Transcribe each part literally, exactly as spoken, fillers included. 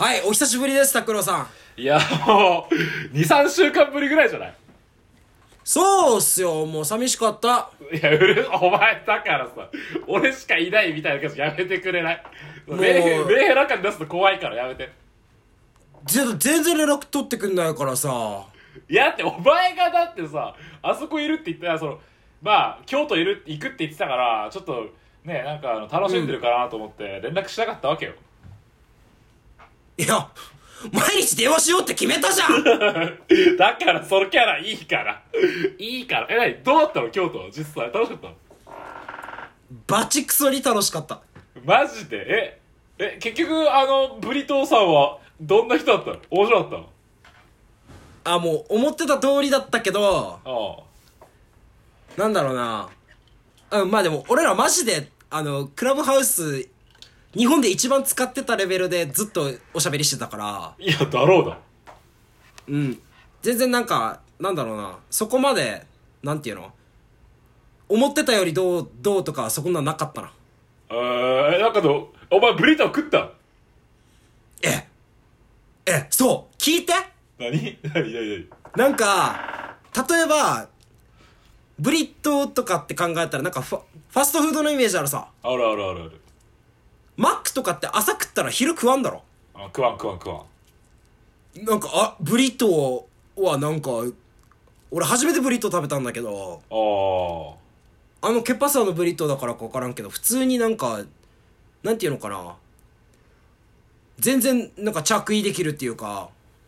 はい、お久しぶりです、拓郎さん。 いや、もう、に、さんしゅうかんぶりぐらいじゃない？ そうっすよ、もう寂しかった。 いや、うる、お前だからさ、俺しかいないみたいな感じやめてくれない？メンヘ、メンヘラ感出すと怖いからやめて。 全然連絡取ってくんないからさ。 いや、ってお前がだってさ、あそこいるって言ったら、その、まあ、京都いる、行くって言ってたから、ちょっと、ね、なんかあの楽しんでるかなと思って連絡しなかったわけよ。 いや、毎日電話しようって決めたじゃんだからそのキャラいいから。いいから。え、なにどうだったの京都は実際楽しかったの？ バチクソに楽しかった。 マジで？え、え、結局あの、ブリトーさんはどんな人だったの？面白かったの？ あ、もう思ってた通りだったけど、 ああ。 なんだろうな。うん、まあでも俺らマジで、あの、クラブハウス、日本で一番使ってたレベルでずっとおしゃべりしてたから、 いや、だろうだ。 うん。全然なんか、なんだろうな。そこまで、なんていうの思ってたよりどう、どうとかそこんなんなかったな。 えー、なんかど、お前ブリトー食った？ え、え、そう、聞いて何何何何なんか、例えば、ブリトーとかって考えたらなんかファ、ファストフードのイメージあるさ。 あるあるあるある。 マックとかって朝食ったら昼食わんだろ。 あ、食わん食わん食わん。 なんか、あ、ブリトーはなんか、俺初めてブリトー食べたんだけど、 ああのケパサのブリトーだからか分からんけど、普通になんか、なんていうのかな。全然なんか着衣できるっていうか、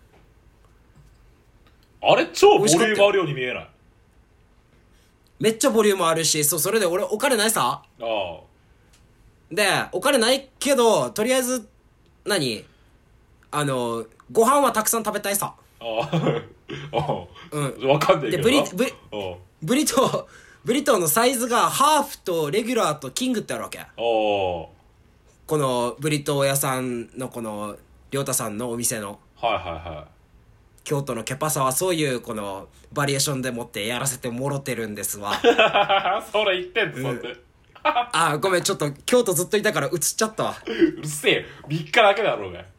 あ。あれ超ボリュームあるように見えない？ めっちゃボリュームあるし、そう、それで俺お金ないさ。 ああ。 で、お金ないけど、とりあえず、何あの、ご飯はたくさん食べたいさ。 ああ。ああ。 うん。 わかんないけで、 どな。 ブリ、ブリ、 あブリトー、ブリトーのサイズが、ハーフとレギュラーとキングってあるわけ。 あ。ああ。 この、ブリトー屋さんのこの、りょうたさんのお店の、 はいはいはい。 京都のケパサはそういう、この、バリエーションでもってやらせてもろてるんですわ。 それ言ってんの、そんで。 あ、ごめん、ちょっと、京都ずっといたから映っちゃったわ。 うるせえよ。みっかだけだろうが。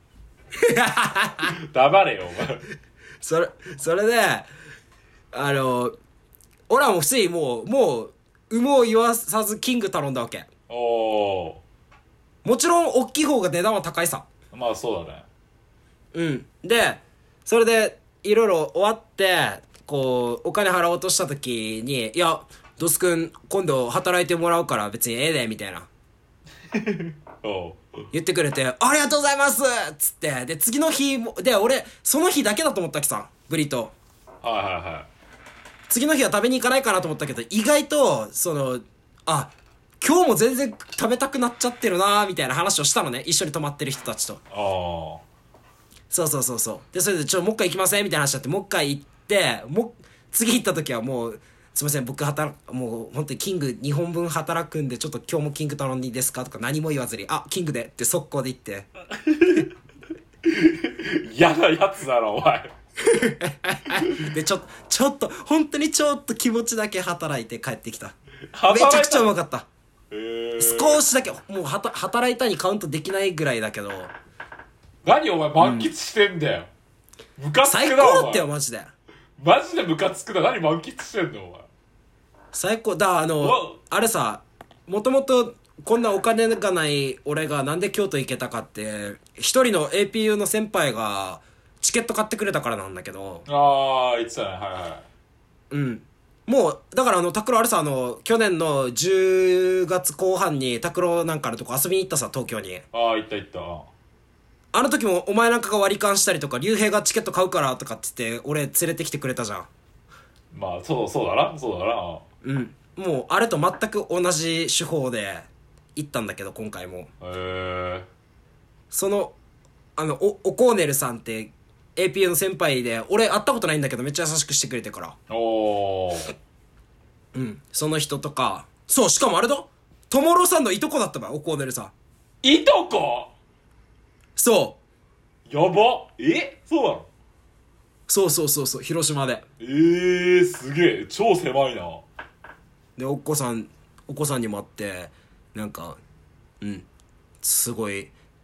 黙れよ、お前。 それ、それで、あの、俺はもう普通にもう、もう、有無を言わさずキング頼んだわけ。 おー。 もちろん、大きい方が値段は高いさ。 まあそうだね。 うん。で、それで、いろいろ終わって、こう、お金払おうとした時に、いや、ドスくん、今度働いてもらうから別にええで、みたいな。 おう。 言ってくれて、ありがとうございますつって、で、次の日も、で、俺、その日だけだと思ったっけさ、ブリトー。 はいはいはい。 次の日は食べに行かないかなと思ったけど、意外と、その、あ、今日も全然食べたくなっちゃってるなーみたいな話をしたのね。一緒に泊まってる人たちと。 あそうそうそうそう。で、それで、ちょ、もう一回行きませんみたいな話になって、もう一回行って、もう、次行った時はもう、すいません、僕働く、もう、本当にキングにほんぶん働くんで、ちょっと今日もキング頼んでいいですかとか何も言わずに、あ、キングでって速攻で行って。 嫌なやつだろ、お前。 で、ちょ、ちょっと、本当にちょっと気持ちだけ働いて帰ってきた。 働いためちゃくちゃうまかった。 へー。 少しだけ、もうはた、働いたにカウントできないぐらいだけど、 何お前満喫してんだよ。ムカつ最くな、お前。 高だったよ、マジで。 マジでムカつくな。何満喫してんの、お前。 最高。だ、あのうわ、 あれさ、もともと、こんなお金がない俺がなんで京都行けたかって、一人の エーピーユー の先輩が、チケット買ってくれたからなんだけど、 あー、言ってたね。はいはうん。もう、だからあの、拓郎あれさ、あの、去年のじゅうがつこう半に拓郎なんかのとこ遊びに行ったさ、東京に。 い。あー、言った言った。 あの時もお前なんかが割り勘したりとか、竜兵がチケット買うからとかって言って、俺連れてきてくれたじゃん。 まあ、そう、そうだな。そうだな。 うん。もう、あれと全く同じ手法で行ったんだけど、今回も。 へー。 その、あの、お、おコーネルさんって エーピーユー の先輩で、俺会ったことないんだけどめっちゃ優しくしてくれてから。 おー。 うん。その人とか、そう、しかもあれだトモローさんのいとこだったば、おコーネルさん。 いとこ？ そう。 やば。え？そうなの？ そうそうそうそう、広島で。 えー、すげえ。超狭いな。 で、おっこさん、お子さんにも会って、なんか、うん、すごい、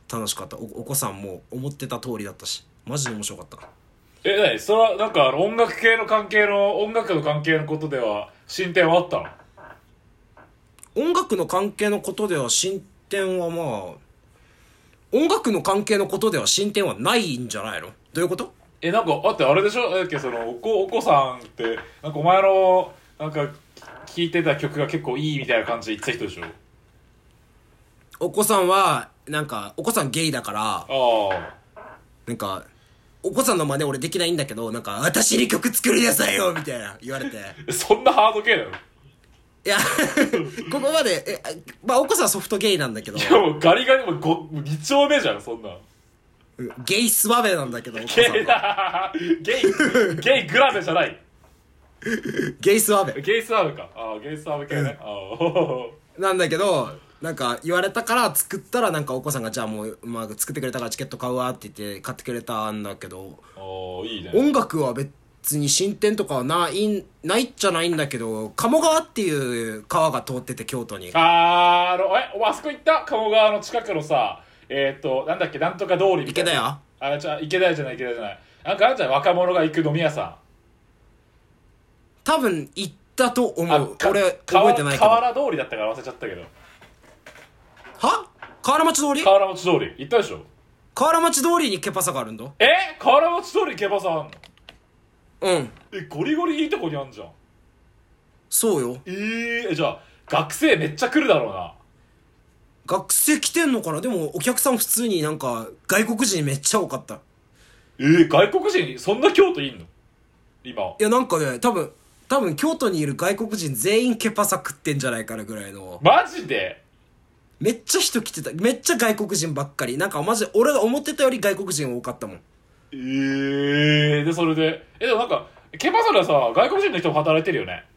楽しかった。 お, お子さんも思ってた通りだったしマジで面白かった。 え、なにそれはなんかあの音楽系の関係の音楽の関係のことでは進展はあったの？ 音楽の関係のことでは進展はまあ音楽の関係のことでは進展はないんじゃないの？どういうこと？ え、なんか、あってあれでしょだっけ、その、おこ、お子さんって、なんかお前の、なんか、聴いてた曲が結構いいみたいな感じで言ってた人でしょ？ お子さんはなんかお子さんゲイだからああ。 なんかお子さんの真似俺できないんだけどなんか私に曲作りなさいよみたいな言われてえ、そんなハード系なの？ いやここまでえまあお子さんはソフトゲイなんだけどいやもうガリガリもうごもうに丁目じゃんそんなん。 ゲイスワベなんだけどお子さゲイんはだゲイゲイグラベじゃない。 ゲイスワベゲイスワーブか。ああゲイスワーブ系ね。ああなんだけどなんか言われたから作ったらなんかお子さんがじゃあもう、まあ、作ってくれたからチケット買うわって言って買ってくれたんだけどあーいいね。 音楽は別に進展とかはないないっちゃないんだけど鴨川っていう川が通ってて京都にあーあのえおあそこ行った鴨川の近くのさえっ、ー、となんだっけなんとか通りみたいな。 池田屋あじゃあ池田屋じゃない池田屋じゃないなんかあるじゃん若者が行く飲み屋さん。 多分行ったと思うあ俺覚えてないけど河原通りだったから忘れちゃったけど。 は河原町通り河原町通り行ったでしょ？ 河原町通りにケパサがあるんだえ河原町通りケバさんあんの？ うんえゴリゴリいいとこにあんじゃん。 そうよえー、えじゃあ学生めっちゃ来るだろうな。 学生来てんのかなでもお客さん普通になんか外国人めっちゃ多かったえー、外国人そんな京都いんの今？ いやなんかね多分多分京都にいる外国人全員ケパサ食ってんじゃないかなぐらいのマジで？ めっちゃ人来てためっちゃ外国人ばっかりなんかマジで俺が思ってたより外国人多かったもんえー、でそれでえでもなんかケバサではさ外国人の人も働いてるよね？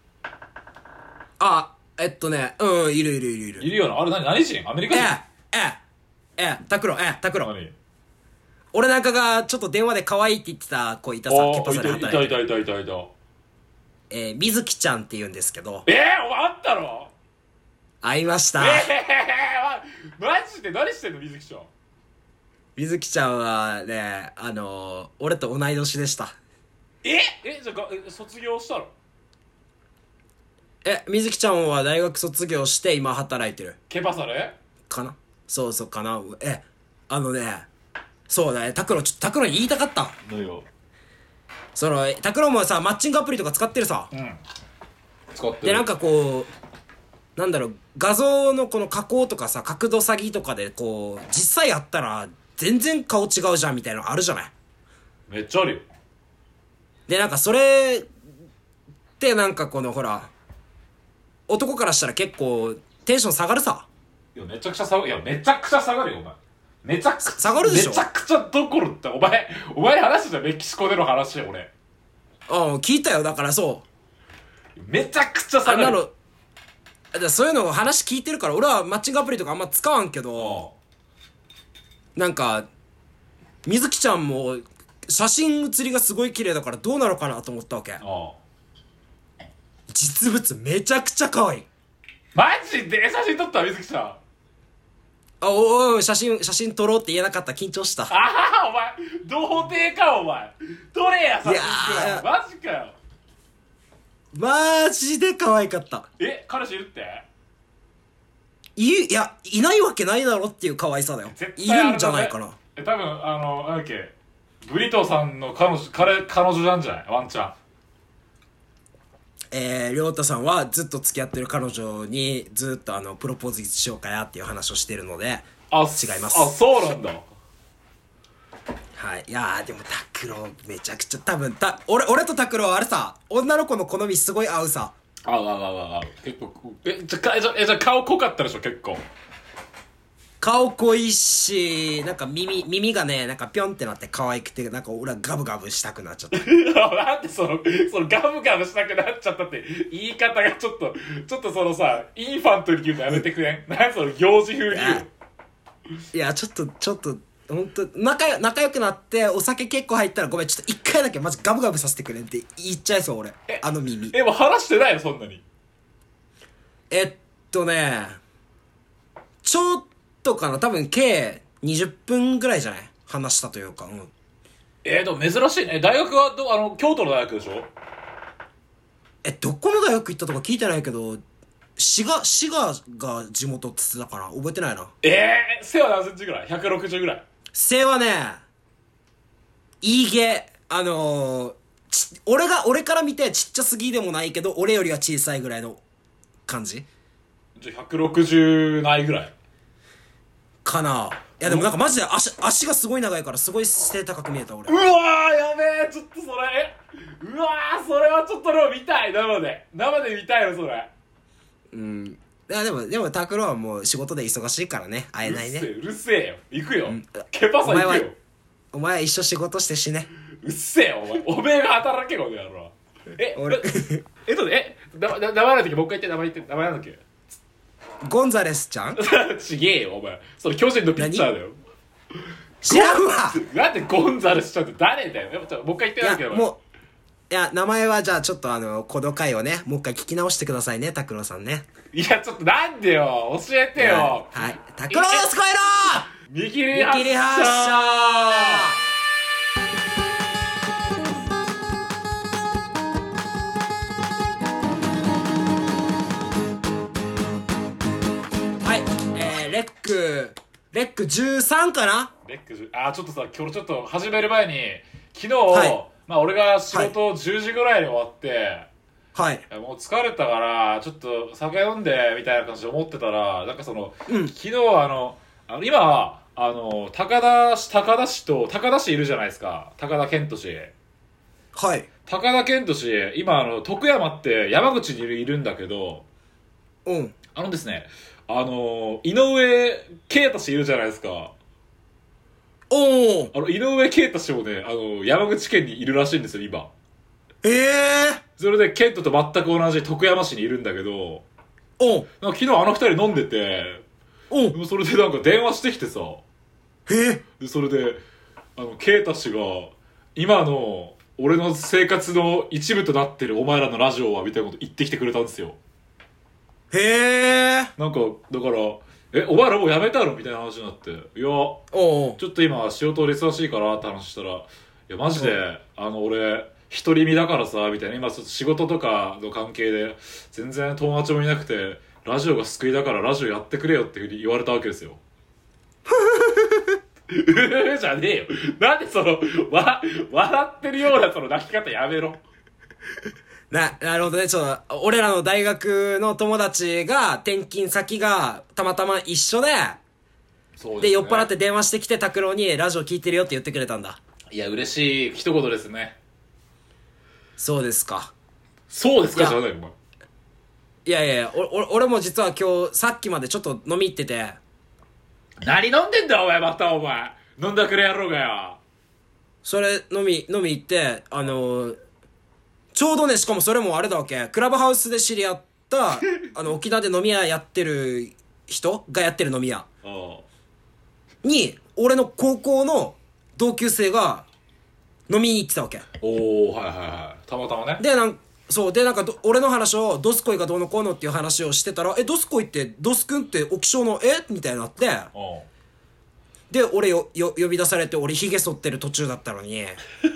あえっとねうんいるいるいるいるいるよな。あれ何何人？アメリカえ人？ ええええタクロえタクロ何？ 俺なんかがちょっと電話で可愛いって言ってた子いたさあケパサでいたい働いてるたいたいたいたいた。 えー、水木ちゃんって言うんですけどえー、お前あったの？ 会いました、 えー、マジで何してんの水木ちゃん？ 水木ちゃんはねあのー、俺と同い年でしたええじゃあがえ卒業したの？ え水木ちゃんは大学卒業して今働いてるケバサで？ かなそうそうかなえあのねそうだねタクロちょっとタクロに言いたかった何よ。 そのタクロもさマッチングアプリとか使ってるさうん使ってる。 でなんかこうなんだろう画像のこの加工とかさ角度詐欺とかでこう実際やったら全然顔違うじゃんみたいなのあるじゃないめっちゃあるよ。 でなんかそれってなんかこのほら男からしたら結構テンション下がるさいやめちゃくちゃ下がる。いやめちゃくちゃ下がるよお前。めちゃくちゃ下がるでしょめちゃくちゃどころってお前お前話してたメキシコでの話よ俺。 うん聞いたよだからそうめちゃくちゃ下がる。 あんなのだそういうの話聞いてるから俺はマッチングアプリとかあんま使わんけどなんか水木ちゃんも写真写りがすごい綺麗だからどうなのかなと思ったわけああ実物めちゃくちゃ可愛いマジで写真撮った水木ちゃん？ あおお写真写真撮ろうって言えなかった緊張したああお前童貞かお前撮れや写真いやーマジかよ。 マジで可愛かったえ彼氏いるって？ いいやいないわけないだろっていう可愛さだよ絶い対あれだねるんじゃないかなえ多分あのなんだっけブリトーさんの彼女彼彼女なんじゃないワンチャン。 えー、りょうたさんはずっと付き合ってる彼女にずっとあのプロポーズしようかやっていう話をしてるのであ違いますあそうなんだ。 はいいやーでもタクロめちゃくちゃ多分た俺俺とタクロはあれさ女の子の好みすごい合うさあああああ結構えじゃかえじゃえじゃ顔濃かったでしょ結構。 顔濃いしなんか耳耳がねなんかピョンってなって可愛くてなんか俺はガブガブしたくなっちゃったなんでそのそのガブガブしたくなっちゃったって言い方がちょっとちょっとそのさインファントに言うのやめてくれん何その行事風に言うの。 いやちょっとちょっとほんと仲よ仲良くなってお酒結構入ったらごめんちょっと一回だけマジガブガブさせてくれんって言っちゃいそう俺あの耳えもう話してないよそんなに。 えっとねちょっとかな多分計にじゅっぷんぐらいじゃない、話したというか。うん。 えー、でも珍しいね。大学はどあの京都の大学でしょ？ え、どこの大学行ったとか聞いてないけど、滋賀、滋賀が地元って言ってたから覚えてないな。 えー、背は何センチぐらい？ ひゃくろくじゅう ぐらい。 背はね、いいげ、あのー、ち、俺が、俺から見てちっちゃすぎでもないけど、俺よりは小さいぐらいの感じじゃあひゃくろくじゅうないぐらいかな。いやでもなんかマジで足、足がすごい長いからすごい背高く見えた俺。 うわー、やべえ、ちょっとそれ、え、うわー、それはちょっとでも見たい、生で。生で見たいの、それ。 うん。いやでも、でも拓郎はもう仕事で忙しいからね、会えないね。 うるせえ、うるせえよ。行くよ。 うん、 ケパさ行くよ。 お前は、お前は一緒仕事してしね。 うっせえよ、お前。おめえが働け、この野郎。え、 俺えっとね、え、名前名前なんだっけ、もう一回言って、名前言って、名前なんだっけ。 ゴンザレスちゃんちげえよ、お前。それ巨人のピッチャーだよ。 知らんわ。 なんでゴンザレスちゃんって誰だよ。やっぱちょっともう一回言ってないけど。 いや、もう、いや、名前はじゃあちょっとあの、この回をね、もう一回聞き直してくださいね、拓郎さんね。 いや、ちょっとなんでよ。教えてよ。 はい。拓郎スコイロ見切り発車。 見切り発車。レック、レックじゅうさんかな。 レックじゅう、あー、ちょっとさ、今日ちょっと始める前に、昨日、 はい、 まあ俺が仕事じゅうじぐらいに終わって、 はい。 もう疲れたから、ちょっと酒飲んで、みたいな感じで思ってたら、なんかその、 うん、 昨日あの、あの今、あの、高田市、高田市と、高田市いるじゃないですか。高田健人氏。 はい。 高田健人氏、今あの、徳山って山口にいる、いるんだけど、 うん。 あのですね、あの井上啓太氏いるじゃないですか。 おお。 あの井上啓太氏もね、あの山口県にいるらしいんですよ今。 ええー。 それでケントと全く同じ徳山市にいるんだけど、 おう。 なんか昨日あの二人飲んでて、 おう。それでなんか電話してきてさ、 えでそれであの啓太氏が今の俺の生活の一部となってるお前らのラジオはみたいなこと言ってきてくれたんですよ。 へえ。 なんかだから、え、お前らもうやめたのみたいな話になって、いやおう。 ちょっと今仕事で忙しいからって話したら、いやマジであの俺独り身だからさみたいな、今ちょっと仕事とかの関係で全然友達もいなくてラジオが救いだからラジオやってくれよっていうふうに言われたわけですよ。うーじゃねえよ。なんでそのわ笑ってるようなその泣き方やめろ。 な、なるほどね。ちょっと、俺らの大学の友達が、転勤先がたまたま一緒で、 そうですね、 で、酔っ払って電話してきて拓郎にラジオ聞いてるよって言ってくれたんだ。 いや嬉しい一言ですね。 そうですか。 そうですかじゃないよお前。 いやいやいや、お俺も実は今日さっきまでちょっと飲み行ってて。 何飲んでんだお前、またお前飲んだくれやろうがよ。 それ飲み飲み行って、あのー、ちょうどね、しかもそれもあれだわけ、クラブハウスで知り合ったあの沖縄で飲み屋やってる人がやってる飲み屋に俺の高校の同級生が飲みに行ってたわけ。 おお、はいはいはい、たまたまね。 でなんそうで、なんか俺の話をドスコイがどうのこうのっていう話をしてたら、えドスコイってドスくんって沖尚のえみたいになって、で俺よよ呼び出されて、俺ヒゲ剃ってる途中だったのに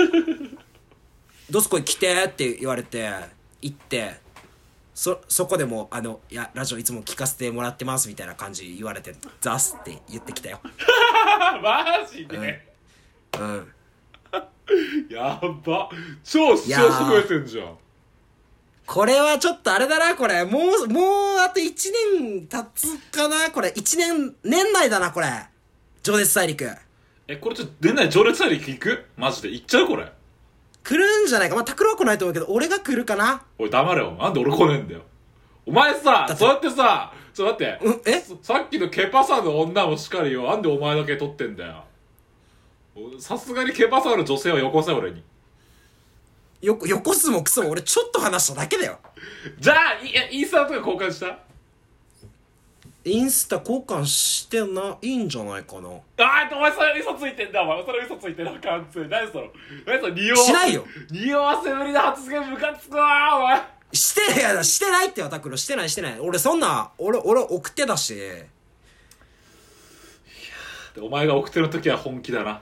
ドスコイ来てって言われて行って、そそこでもあのいやラジオいつも聞かせてもらってますみたいな感じ言われて、ザスって言ってきたよ。 マジで、 うん、うん、 やば、超視聴者増えてんじゃん。 これはちょっとあれだな、これもうもうあといちねん経つかな、これいちねん年内だな、これ情熱大陸。 え、これちょっと年内情熱大陸行く？マジで行っちゃうこれ。 来るんじゃないか。まあ拓郎は来ないと思うけど俺が来るかな。 おい黙れよ、なんで俺来ねえんだよ。お前さ、そうやってさ、ちょっと待って、 うん、えさっきのケパサの女もしっかりよ、なんでお前だけ撮ってんだよ。さすがにケパサの女性はよこせ、俺に。 よこよこすもクソも俺ちょっと話しただけだよ。 じゃあインスタとか交換した？ インスタ交換してないいんじゃないかな。 あー、お前それ嘘ついてんだ、お前それ嘘ついてんだ、完全に。何その何その匂わしないよ、 匂わせぶりの発言ムカつくわお前。 してやだしてないってよ拓郎、してないしてない。俺そんな俺俺送ってたし。 でお前が奥手の時は本気だな。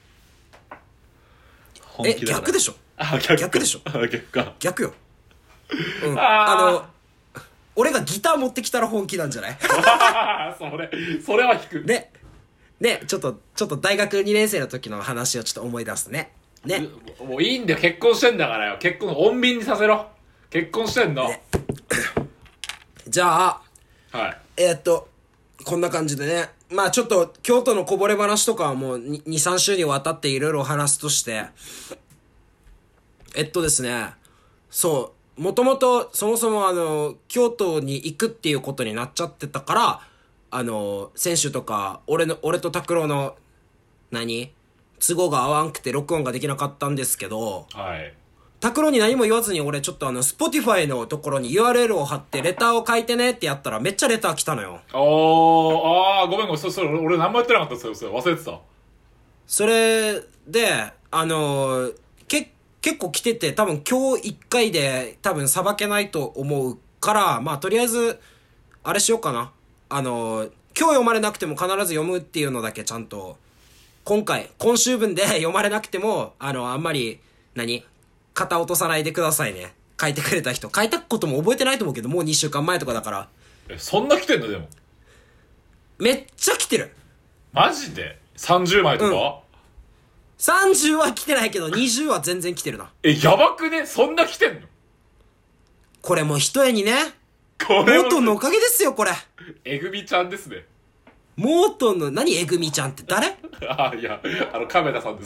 本え気だな。 逆でしょ。 あ、逆逆でしょ。 あ、逆か。 逆よ、うん、 あーあの俺がギター持ってきたら本気なんじゃないそれそれは引くねねちょっとちょっと大学にねん生の時の話をちょっと思い出すね。ねもういいんだよ、結婚してんだからよ。結婚穏便にさせろ。結婚してんの、 ねじゃあはい。 えー、っとこんな感じでね、まあちょっと京都のこぼれ話とかはもうにさん週にわたっていろいろ話すとして、えっとですねそうもともとそもそもあの京都に行くっていうことになっちゃってたから、あの選手とか俺の俺と拓郎の何都合が合わんくて録音ができなかったんですけど、 はい。 拓郎に何も言わずに俺ちょっとあの Spotify のところに ユーアールエル を貼ってレターを書いてねってやったらめっちゃレター来たのよ。 おー、あー、ごめんごめん、そそれ俺何もやってなかった。それそれ忘れてた。 それであのけ結構来てて、多分今日いっかいで多分さばけないと思うから、まあとりあえずあれしようかな。あの今日読まれなくても必ず読むっていうのだけちゃんと今回今週分で読まれなくてもあのあんまり何肩落とさないでくださいね。書いてくれた人書いたことも覚えてないと思うけど、もうにしゅうかんまえとかだから。 え、そんな来てんの？でもめっちゃ来てる。 マジでさんじゅうまいとか、うん、 さんじゅうは来てないけどにじゅうは全然来てるな。 え、やばくね？そんな来てんの？ これもう一重にね、 これモートンのおかげですよこれ。 えぐみちゃんですね。 モートンの何えぐみちゃんって誰？ あ、いや、あの亀田さんです。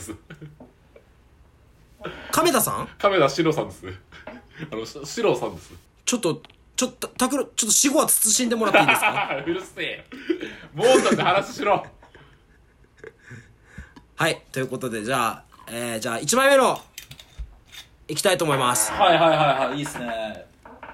亀田さん？ 亀田史郎さんです。あの史郎さんです。 ちょっとちょっとたくろちょっと死後は慎んでもらっていいですか？ うるせえよ。モートンで話しろ。 はいということでじゃあ、えー、じゃあいちまいめのいきたいと思います。 はいはいはいはい、いいっすね。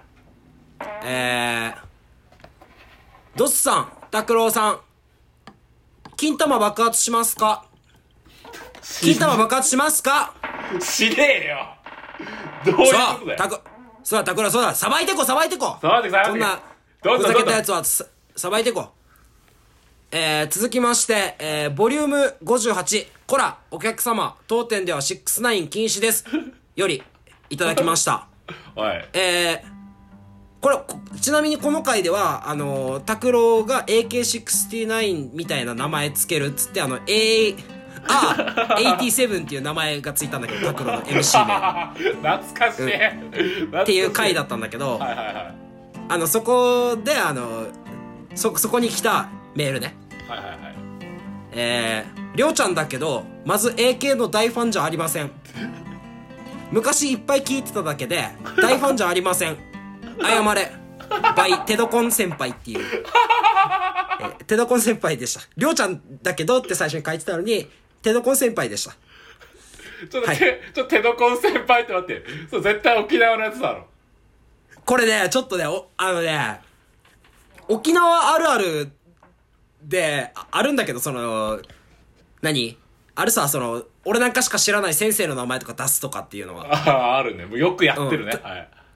えー、ドッスさん、拓郎さん、金玉爆発しますか？金玉爆発しますか？ しねえよ。どういうことだよ。 たくそうだ拓郎、そうだ、さばいてこさばいてこ。 さばいてこさばいてこ。 こんなどんどんふざけたやつはささばいてこ。えー、続きまして、えー、ボリュームごじゅうはち、こらお客様当店ではろくじゅうきゅう禁止ですよりいただきました。 はい。 えー、これちなみにこの回ではあの拓郎が エーケーろくじゅうきゅう みたいな名前つけるっつって、あの A あーはちじゅうななっていう名前がついたんだけど、拓郎の エムシー 名懐かしい、 うん、っていう回だったんだけど、 はいはいはい、 あのそこであのそそこに来たメールね。 はいはいはい。 えー、りょうちゃんだけどまず エーケー の大ファンじゃありません。昔いっぱい聞いてただけで大ファンじゃありません。謝れバイテドコン先輩っていう、えー、テドコン先輩でした。りょうちゃんだけどって最初に書いてたのにテドコン先輩でした。 ちょっと、はい、ちょっとテドコン先輩って待って、そう絶対沖縄のやつだろこれね。ちょっとねおあのね沖縄あるあるであるんだけど、その何あるさ、その俺なんかしか知らない先生の名前とか出すとかっていうのはあああるね。もうよくやってるね、うん、はい、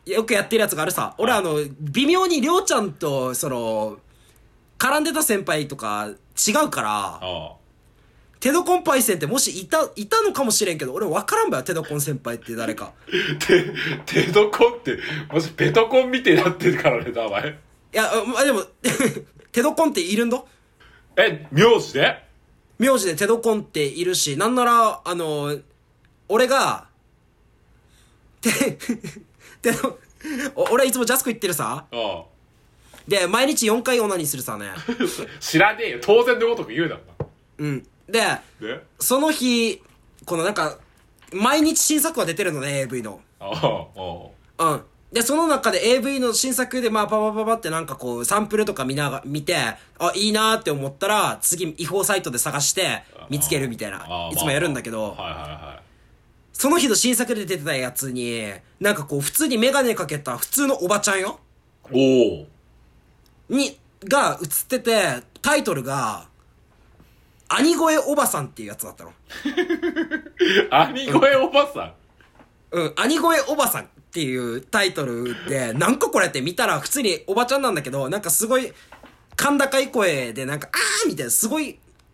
よくやってるやつがあるさ。俺あの微妙にりょうちゃんとその絡んでた先輩とか違うから、ああテドコンパイセンってもしいたいたのかもしれんけど俺分からんばよ。テドコン先輩って誰か。 テテドコンってもしペトコンみてえなってるからね名前。いやあでもテドコンっているんだ。 え、名字で名字でテドコンっているし、なんならあの俺がてテド俺はいつもジャスコ行ってるさ。ああで毎日よんかいオナニーするさね。 知らねえよ、当然のごとく言うだろ。 うんでその日このなんか毎日新作が出てるのね エーブイ の。ああうんでその中で エーブイ の新作でまあパパパパってなんかこうサンプルとか見なが見て、あいいなーって思ったら次違法サイトで探して見つけるみたいないつもやるんだけど、はいはいはい、その日の新作で出てたやつになんかこう普通にメガネかけた普通のおばちゃんよおにが映ってて、タイトルが兄声おばさんっていうやつだったの。 兄声おばさん、うん、兄声おばさんっていうタイトルで、なんかこれって見たら普通におばちゃんなんだけど、なんかすごい甲高い声でなんかあーみたいなすごい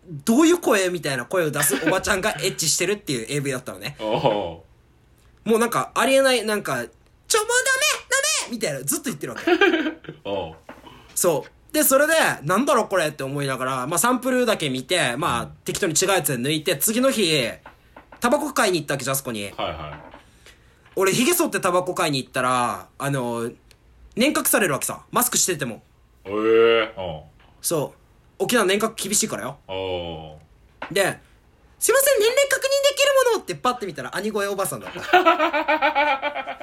どういう声みたいな声を出すおばちゃんがエッチしてるっていう エーブイ だったのね。 おおもうなんかありえない、なんかちょもうダメダメみたいなずっと言ってるわけ。 おうそうでそれでなんだろうこれって思いながら、まあサンプルだけ見て、まあ適当に違うやつで抜いて、次の日タバコ買いに行ったわけじゃん、あそこに。 はいは俺ヒゲ剃ってタバコ買いに行ったら、あの年賀されるわけさ、マスクしてても。 い。ええおうそう沖縄年賀厳しいからよ。 おうで、すいません、年齢確認できるものってパッて見たら兄声おばさんだった。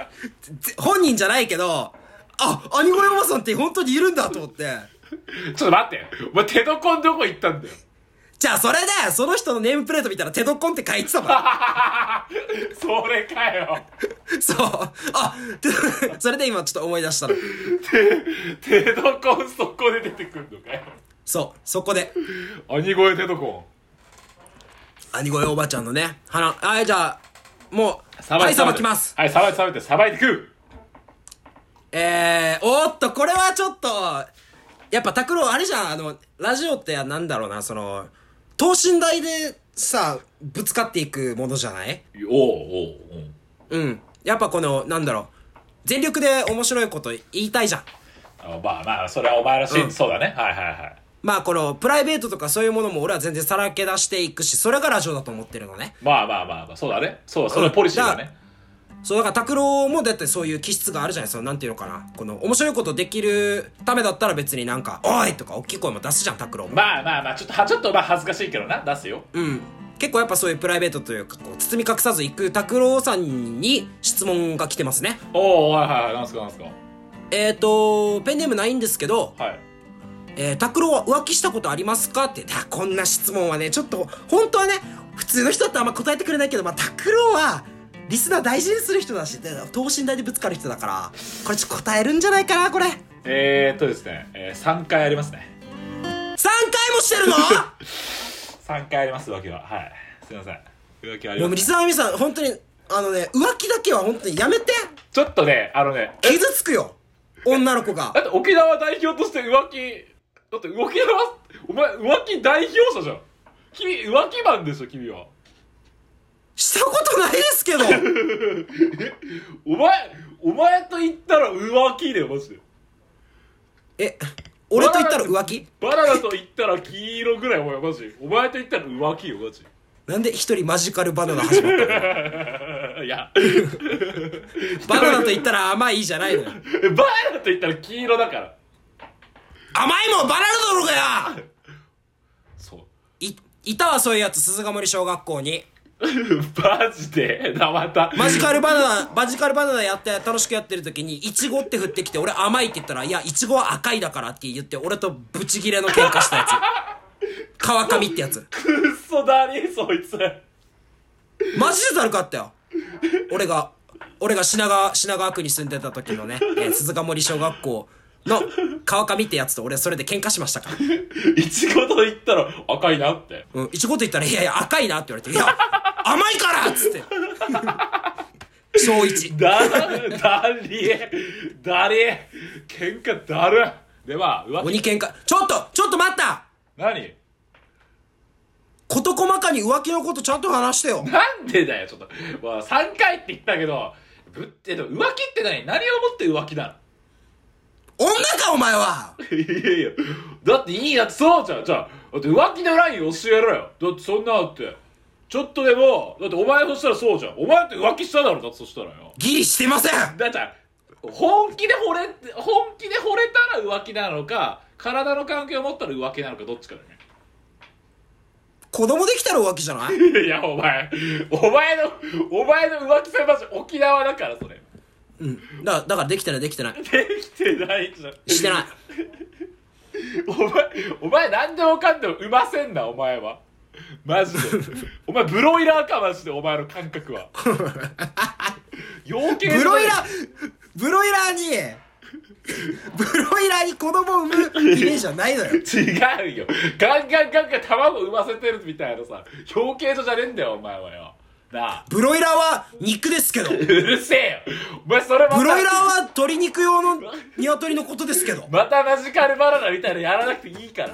本人じゃないけど、あ、兄声おばさんって本当にいるんだと思って。 ちょっと待って。お前、テドコンどこ行ったんだよ。 じゃあそれで、その人のネームプレート見たらテドコンって書いてたもん。 それかよ。 そう。あ、それで今ちょっと思い出したの。 テ、テドコンそこで出てくんのかよ。 そう、そこで。 兄声テドコン。兄声おばちゃんのね、花、はい、じゃあ、もう、 ン。 はい、さばきます。 はい、さばいてさばいて、さばいて食う。 えー、おーっと、これはちょっと、やっぱ拓郎あれじゃん、あの、ラジオってなんだろうな、その、等身大でさ、ぶつかっていくものじゃない？ おうおうおう。 うん。やっぱこの、なんだろう、全力で面白いこと言いたいじゃん。 あまあまあ、それはお前らしい、うん、そうだね。はいはいはい。 まあこの、プライベートとかそういうものも俺は全然さらけ出していくし、それがラジオだと思ってるのね。 まあまあまあまあ、そうだね。そう、それポリシーだね。 うんそう、だから拓郎もだってそういう気質があるじゃないですか。なんていうのかな。この、面白いことできるためだったら別になんか、おいとか大きい声も出すじゃん、拓郎も。 まあまあまあ、ちょっと、は、ちょっとまあ恥ずかしいけどな、出すよ。 うん。結構やっぱそういうプライベートというか、こう、包み隠さず行く拓郎さんに質問が来てますね。 おー、はいはいはい、なんすかなんすか。 えーと、ペンネームないんですけど、 はい。 えー、拓郎は浮気したことありますかって。あ、こんな質問はね、ちょっと、本当はね、普通の人ってあんま答えてくれないけど、まあ、拓郎は、リスナー大事にする人だし、等身大でぶつかる人だから、これちょっと答えるんじゃないかな、これ。 えーっとですね、えー、さんかいありますね。 さんかいもしてるのさんかいあります、浮気は。はい。すいません。浮気はあります、ね。 もうリスナーの皆さん、本当に、あのね、浮気だけは本当にやめて。 ちょっとね、あのね、 傷つくよ。女の子が。 だって沖縄代表として浮気、だって沖縄、お前浮気代表者じゃん。君、浮気マンでしょ、君は。 したことないですけどお前、お前と言ったら浮気だよ、マジで。 え、俺と言ったら浮気？ バナナと言ったら黄色ぐらい、お前マジ。お前と言ったら浮気よ、マジ。 なんで一人マジカルバナナ始まったのいや。 バナナと言ったら甘いじゃないのよ。 バナナと言ったら黄色だから。 甘いもんバナナだろうがよそう。 い、いたわ、そういうやつ、鈴ヶ森小学校に。 マジでなまたマジカルバナナマジカルバナナやって楽しくやってる時にイチゴって振ってきて俺甘いって言ったらいやイチゴは赤いだからって言って俺とブチギレの喧嘩したやつ川上ってやつくっそだりそいつマジでだるかったよ俺が俺が品川品川区に住んでた時のね、えー、鈴鹿森小学校の川上ってやつと俺それで喧嘩しましたからイチゴと言ったら赤いなってうんイチゴと言ったらいやいや赤いなって言われていや甘いからっつって小一だだりだり喧嘩だるでまあ浮気鬼喧嘩ちょっとちょっと待った何事細かに浮気のことちゃんと話してよなんでだよちょっと、まあ、さんかいって言ったけどぶって浮気って何何をもって浮気なの女かお前はいやいやだっていいやつそうじゃんじゃあだって浮気のライン教えろよだってそんなのってちょっとでもだってお前そしたらそうじゃんお前って浮気しただろだってそしたらよギリしてませんだって本気で惚れ本気で惚れたら浮気なのか体の関係を持ったら浮気なのかどっちかだね子供できたら浮気じゃないいやお前お前のお前の浮気されまし沖縄だからそれうんだだからできてないできてないできてないじゃんしてないお前お前何でもかんでも産ませんなお前はマジでお前ブロイラーかマジでお前の感覚は養鶏ブロイラーブロイラーにブロイラーに子供を産むイメージはないのよ違うよガンガンガンガン卵産ませてるみたいなさ養鶏所じゃねえんだよお前はよなあブロイラーは肉ですけどうるせえよお前それまたブロイラーは鶏肉用の鶏のことですけどまたマジカルバナナみたいなやらなくていいから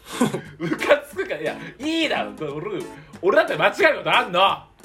ムカつくからいやいいだろ俺俺だって間違えることあんの